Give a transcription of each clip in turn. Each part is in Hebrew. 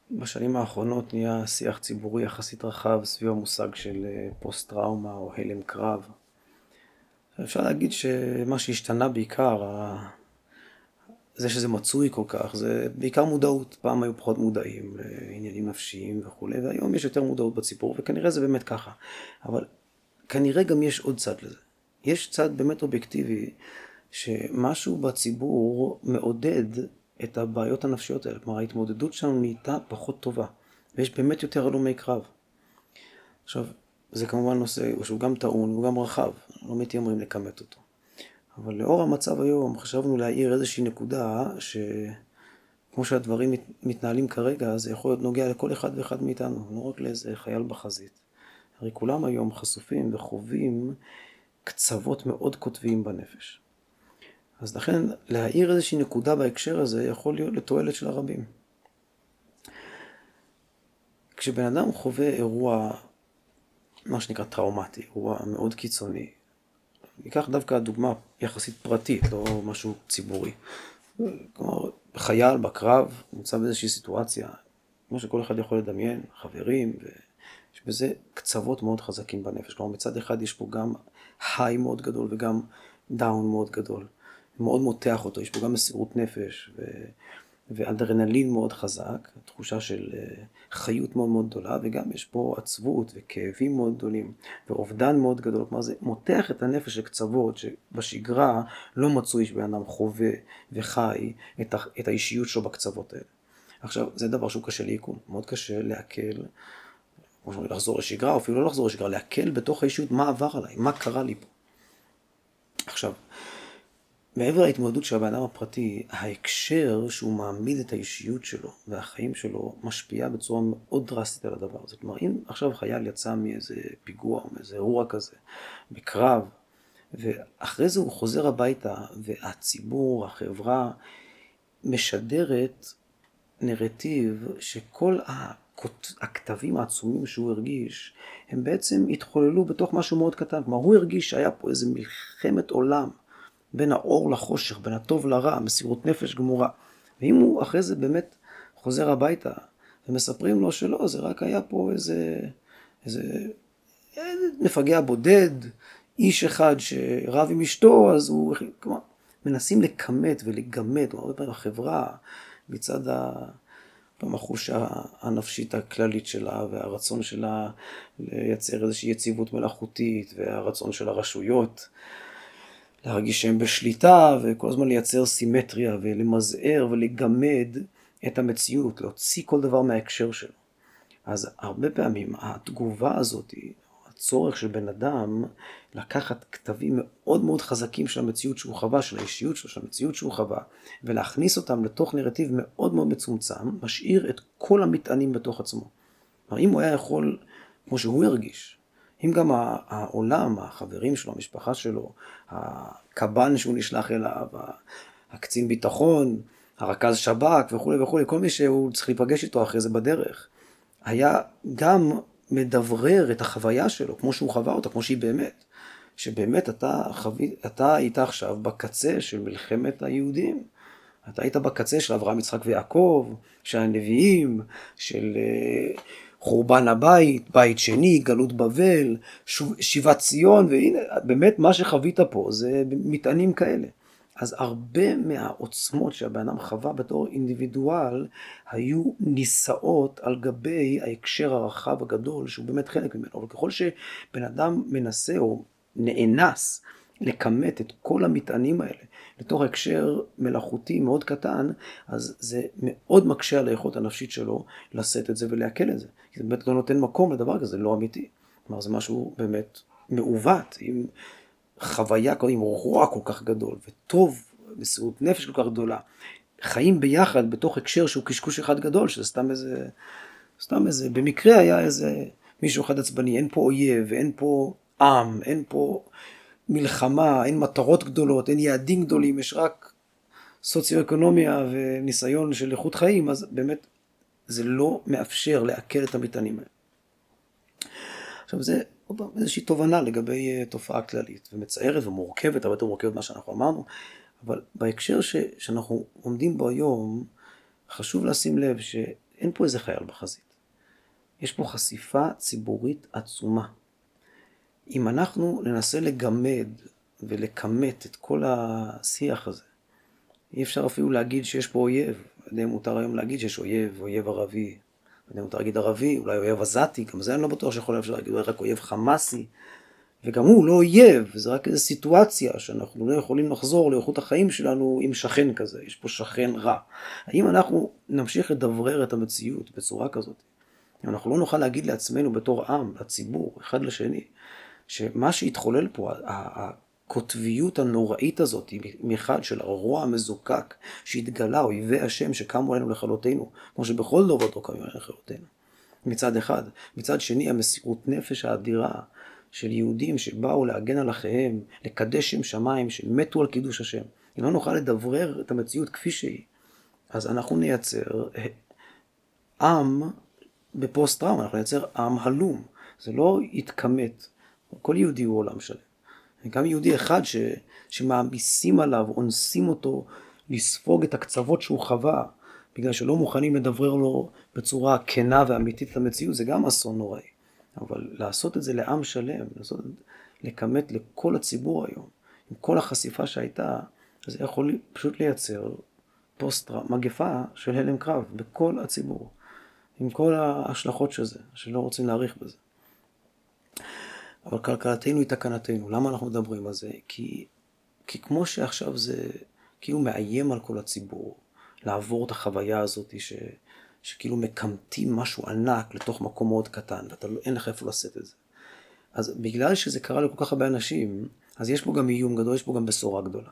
בשנים האחרונות נהיה שיח ציבורי יחסית רחב סביב המושג של פוסט-טראומה או הלם קרב. אפשר להגיד שמה שהשתנה בעיקר, זה שזה מצוי כל כך, זה בעיקר מודעות. פעם היו פחות מודעים לעניינים נפשיים וכו', והיום יש יותר מודעות בציבור, וכנראה זה באמת ככה. אבל כנראה גם יש עוד צד לזה. יש צד באמת אובייקטיבי, שמשהו בציבור מעודד את הבעיות הנפשיות האלה. כלומר, ההתמודדות שלנו נהייתה פחות טובה, ויש באמת יותר הלומי קרב. עכשיו, זה כמובן נושא שהוא גם טעון והוא גם רחב, לא מתיימרים לכמת אותו. אבל לאור המצב היום חשבנו להעיר איזושהי נקודה שכמו שהדברים מתנהלים כרגע, זה יכול להיות נוגע לכל אחד ואחד מאיתנו, לא רק לאיזה חייל בחזית. הרי כולם היום חשופים וחווים קצוות מאוד כותביים בנפש. אז לכן להעיר איזושהי נקודה בהקשר הזה יכול להיות לתועלת של הרבים. כשבן אדם חווה אירוע, מה שנקרא טראומטי, אירוע מאוד קיצוני, ניקח דווקא דוגמה יחסית פרטית, לא משהו ציבורי. כלומר, חייל בקרב נמצא באיזושהי סיטואציה, כמו שכל אחד יכול לדמיין, חברים, ויש בזה קצוות מאוד חזקים בנפש. כלומר, מצד אחד יש פה גם היי מאוד גדול וגם דאון מאוד גדול. מאוד מותח אותו, יש פה גם מסירות נפש ואדרנלין מאוד חזק, תחושה של חיות מאוד מאוד גדולה, וגם יש פה עצבות וכאבים מאוד גדולים, ואובדן מאוד גדול. כלומר, זה מותח את הנפש לקצוות שבשגרה לא מצוי שבן אדם חווה וחי את האישיות שלו בקצוות האלה. עכשיו, זה דבר שהוא קשה לעיכול, מאוד קשה להקל, כמו שאומרים, לחזור לשגרה, או אפילו לא לחזור לשגרה, להקל בתוך האישיות מה עבר עליי, מה קרה לי פה. עכשיו, מעבר להתמודדות של הבן אדם הפרטי, ההקשר שהוא מעמיד את האישיות שלו והחיים שלו משפיע בצורה מאוד דרסטית על הדבר הזה. כלומר, אם עכשיו חייל יצא מאיזה פיגוע או מאיזה אירוע כזה, בקרב, ואחרי זה הוא חוזר הביתה, והציבור, החברה, משדרת נרטיב שכל הכתבים העצומים שהוא הרגיש, הם בעצם התחוללו בתוך משהו מאוד קטן. כלומר, הוא הרגיש שהיה פה איזה מלחמת עולם, בין האור לחושך, בין הטוב לרע, מסירות נפש גמורה. ואם הוא אחרי זה באמת חוזר הביתה, ומספרים לו שלא, זה רק היה פה איזה מפגע בודד, איש אחד שרב עם אשתו, אז הוא, כלומר, מנסים לקמת ולגמד, הרבה פעמים החברה, מצד החושה הנפשית הכללית שלה, והרצון שלה לייצר איזושהי יציבות מלאכותית, והרצון של הרשויות, להרגיש שהם בשליטה, וכל הזמן לייצר סימטריה, ולמזער ולגמד את המציאות, להוציא כל דבר מההקשר שלו. אז הרבה פעמים התגובה הזאת, הצורך של בן אדם לקחת כתבים מאוד מאוד חזקים של המציאות שהוא חווה, של האישיות שלו, של המציאות שהוא חווה, ולהכניס אותם לתוך נרטיב מאוד מאוד מצומצם, משאיר את כל המטענים בתוך עצמו. כלומר, אם הוא היה יכול, כמו שהוא הרגיש, אם גם העולם, החברים שלו, המשפחה שלו, הקב"ן שהוא נשלח אליו, הקצין ביטחון, הרכז שב"כ וכו' וכו', כל מי שהוא צריך להיפגש איתו אחרי זה בדרך, היה גם מדברר את החוויה שלו, כמו שהוא חווה אותה, כמו שהיא באמת. שבאמת אתה היית עכשיו בקצה של מלחמת היהודים. אתה היית בקצה של אברהם, יצחק ויעקב, של הנביאים, של חורבן הבית, בית שני, גלות בבל, שיבת ציון, והנה, באמת מה שחווית פה זה מטענים כאלה. אז הרבה מהעוצמות שהבן אדם חווה בתור אינדיבידואל, היו נישאות על גבי ההקשר הרחב הגדול, שהוא באמת חלק ממנו. אבל ככל שבן אדם מנסה או נאנס לכמת את כל המטענים האלה, לתוך הקשר מלאכותי מאוד קטן, אז זה מאוד מקשה על היכולת הנפשית שלו לשאת את זה ולהקל את זה. כי זה באמת לא נותן מקום לדבר כזה, לא אמיתי. כלומר, זה משהו באמת מעוות, עם חוויה, עם רוע כל כך גדול, וטוב, מסירות נפש כל כך גדולה. חיים ביחד בתוך הקשר שהוא קשקוש אחד גדול, שזה סתם איזה, במקרה היה איזה מישהו אחד עצבני, אין פה אויב, אין פה עם, אין פה מלחמה, אין מטרות גדולות, אין יעדים גדולים, יש רק סוציו-אקונומיה וניסיון של איכות חיים, אז באמת זה לא מאפשר לעכל את המטענים האלה. עכשיו זה איזושהי תובנה לגבי תופעה כללית, ומצערת ומורכבת, הרבה יותר מורכבת מה שאנחנו אמרנו, אבל בהקשר שאנחנו עומדים בו היום, חשוב לשים לב אין פה איזה חייל בחזית. יש פה חשיפה ציבורית עצומה. אם אנחנו ננסה לגמד ולכמת את כל השיח הזה, אי אפשר אפילו להגיד שיש פה אויב. יודע, מותר היום להגיד שיש אויב ערבי. יודע, מותר להגיד ערבי, אולי אויב עזתי, גם זה אני לא בטוח שיכול אפשר להגיד, אולי רק אויב חמאסי. וגם הוא לא אויב, זה רק איזו סיטואציה שאנחנו לא יכולים לחזור לאיכות החיים שלנו עם שכן כזה, יש פה שכן רע. האם אנחנו נמשיך לדברר את המציאות בצורה כזאת? אם אנחנו לא נוכל להגיד לעצמנו בתור עם, לציבור, אחד לשני, שמה שהתחולל פה, הקוטביות הנוראית הזאת, מחד של הרוע המזוקק שהתגלה, אויבי השם שקמו עלינו לכלותנו, כמו שבכל דור ודור קמו עלינו לכלותנו. מצד אחד. מצד שני, המסירות נפש האדירה של יהודים שבאו להגן על אחיהם, לקדש שם שמיים, שמתו על קידוש השם. אם לא נוכל לדברר את המציאות כפי שהיא, אז אנחנו נייצר עם בפוסט טראומה, אנחנו נייצר עם הלום. זה לא יתכמת. כל יהודי הוא עולם שלם. גם יהודי אחד שמעמיסים עליו, אונסים אותו לספוג את הקצוות שהוא חווה, בגלל שלא מוכנים לדברר לו בצורה כנה ואמיתית את המציאות, זה גם אסון נוראי. אבל לעשות את זה לעם שלם, לכמת לכל הציבור היום, עם כל החשיפה שהייתה, אז זה יכול פשוט לייצר מגפה של הלם קרב בכל הציבור, עם כל ההשלכות של זה, שלא רוצים להאריך בזה. אבל כלכלתנו היא תקנתנו. למה אנחנו מדברים על זה? כי כמו שעכשיו זה כאילו מאיים על כל הציבור, לעבור את החוויה הזאת שכאילו מקמטים משהו ענק לתוך מקום מאוד קטן, ואין לך איפה לשאת את זה. אז בגלל שזה קרה לכל כך הרבה אנשים, אז יש פה גם איום גדול, יש פה גם בשורה גדולה.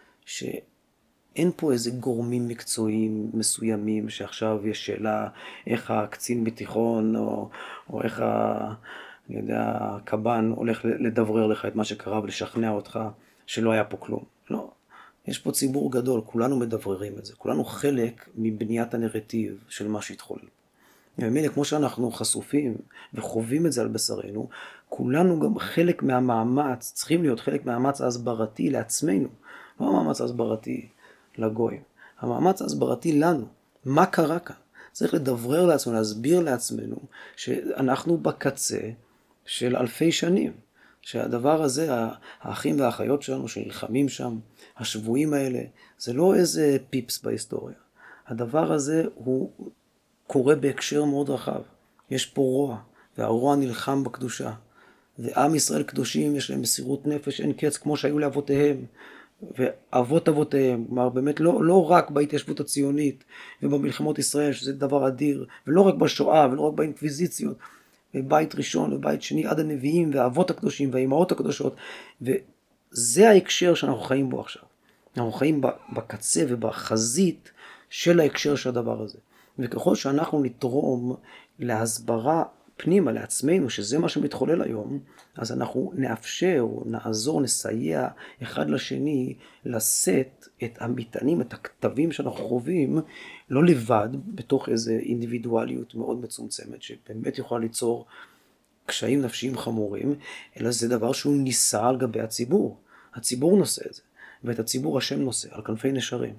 שאין פה איזה גורמים מקצועיים מסוימים, שעכשיו יש שאלה איך הקצין בתיכון, או איך אני יודע, הקב"ן הולך לדברר לך את מה שקרה ולשכנע אותך שלא היה פה כלום. לא. יש פה ציבור גדול, כולנו מדבררים את זה. כולנו חלק מבניית הנרטיב של מה שהתחולל. ובמילה, כמו שאנחנו חשופים וחווים את זה על בשרנו, כולנו גם חלק מהמאמץ, צריכים להיות חלק מהמאמץ ההסברתי לעצמנו. לא המאמץ ההסברתי לגויים. המאמץ ההסברתי לנו. מה קרה כאן? צריך לדברר לעצמנו, להסביר לעצמנו שאנחנו בקצה של אלפי שנים. שהדבר הזה, האחים והאחיות שלנו שנלחמים שם, השבויים האלה, זה לא איזה פיפס בהיסטוריה. הדבר הזה הוא קורה בהקשר מאוד רחב. יש פה רוע, והרוע נלחם בקדושה. ועם ישראל קדושים יש להם מסירות נפש, אין קץ כמו שהיו לאבותיהם. ואבות אבותיהם, כלומר באמת לא רק בהתיישבות הציונית ובמלחמות ישראל, שזה דבר אדיר, ולא רק בשואה ולא רק באינקוויזיציות, ובית ראשון ובית שני עד הנביאים והאבות הקדושים והאימהות הקדושות, וזה ההקשר שאנחנו חיים בו עכשיו. אנחנו חיים בקצה ובחזית של ההקשר של הדבר הזה. וככל שאנחנו נתרום להסברה פנימה לעצמנו, שזה מה שמתחולל היום, אז אנחנו נאפשר, נעזור, נסייע אחד לשני לשאת את המטענים, את הכתבים שאנחנו חווים, לא לבד, בתוך איזו אינדיבידואליות מאוד מצומצמת, שבאמת יכולה ליצור קשיים נפשיים חמורים, אלא זה דבר שהוא נישא על גבי הציבור. הציבור נושא את זה, ואת הציבור השם נושא, על כנפי נשרים.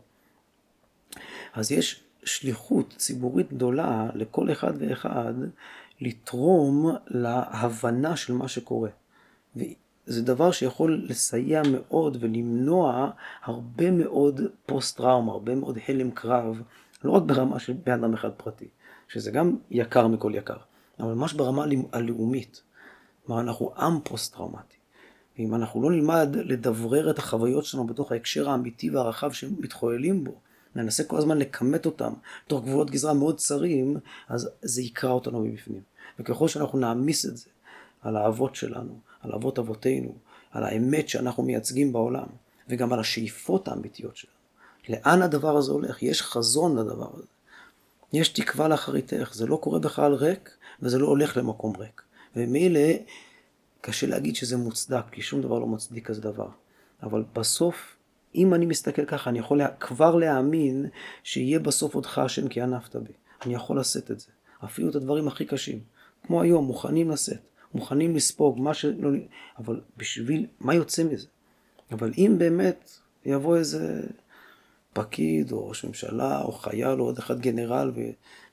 אז יש שליחות ציבורית גדולה לכל אחד ואחד, לתרום להבנה של מה שקורה. וזה דבר שיכול לסייע מאוד ולמנוע הרבה מאוד פוסט-טראומה, הרבה מאוד הלם קרב, לא רק ברמה של בן אדם אחד פרטי, שזה גם יקר מכל יקר, אבל ממש ברמה הלאומית. כלומר, אנחנו עם פוסט-טראומטי. ואם אנחנו לא נלמד לדברר את החוויות שלנו בתוך ההקשר האמיתי והרחב שמתחוללים בו, ננסה כל הזמן לכמת אותם בתוך גבולות גזרה מאוד צרים, אז זה יקרא אותנו מבפנים. וככל שאנחנו נעמיס את זה על האבות שלנו, על אבות אבותינו, על האמת שאנחנו מייצגים בעולם, וגם על השאיפות האמיתיות שלנו. לאן הדבר הזה הולך? יש חזון לדבר הזה. יש תקווה לאחריתך. זה לא קורה בכלל ריק, וזה לא הולך למקום ריק. ומילא קשה להגיד שזה מוצדק, כי שום דבר לא מצדיק כזה דבר. אבל בסוף, אם אני מסתכל ככה, אני יכול כבר להאמין שיהיה בסוף אותך השם כי ענפת בי. אני יכול לשאת את זה. אפילו את הדברים הכי קשים. כמו היום, מוכנים לשאת. מוכנים לספוג, אבל בשביל, מה יוצא מזה? אבל אם באמת יבוא איזה פקיד או ראש ממשלה או חייל או עוד אחד גנרל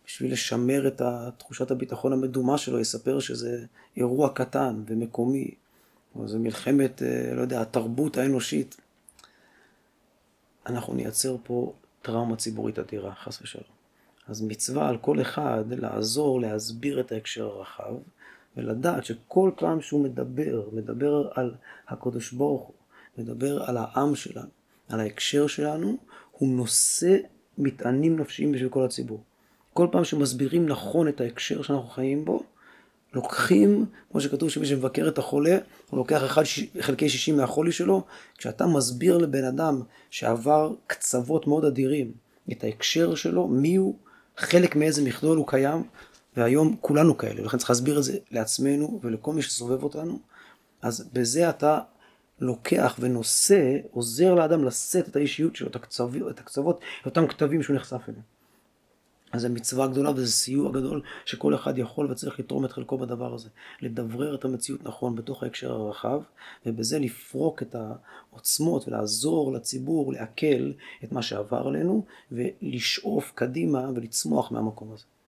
בשביל לשמר את תחושת הביטחון המדומה שלו, יספר שזה אירוע קטן ומקומי, או זה מלחמת, לא יודע, התרבות האנושית. אנחנו נייצר פה טראומה ציבורית אדירה, חס ושלום. אז מצווה על כל אחד לעזור, להסביר את ההקשר הרחב, ולדעת שכל פעם שהוא מדבר על הקדוש ברוך הוא, מדבר על העם שלנו, על ההקשר שלנו, הוא נושא מטענים נפשיים בשביל כל הציבור. כל פעם שמסבירים נכון את ההקשר שאנחנו חיים בו, לוקחים, כמו שכתוב שמי שמבקר את החולה, הוא לוקח 1/60 מהחולי שלו. כשאתה מסביר לבן אדם שעבר קצוות מאוד אדירים, את ההקשר שלו, מי הוא, חלק מאיזה מכלול הוא קיים, והיום כולנו כאלה, ולכן צריך להסביר את זה לעצמנו ולכל מי שסובב אותנו. אז בזה אתה לוקח ונושא, עוזר לאדם לשאת את האישיות שלו, את הקצוות, את אותם כתבים שהוא נחשף אליהם. אז זו מצווה גדולה וזה סיוע גדול שכל אחד יכול וצריך לתרום את חלקו בדבר הזה. לדברר את המציאות נכון בתוך ההקשר הרחב, ובזה לפרוק את העוצמות ולעזור לציבור, להקל את מה שעבר עלינו, ולשאוף קדימה ולצמוח מהמקום הזה.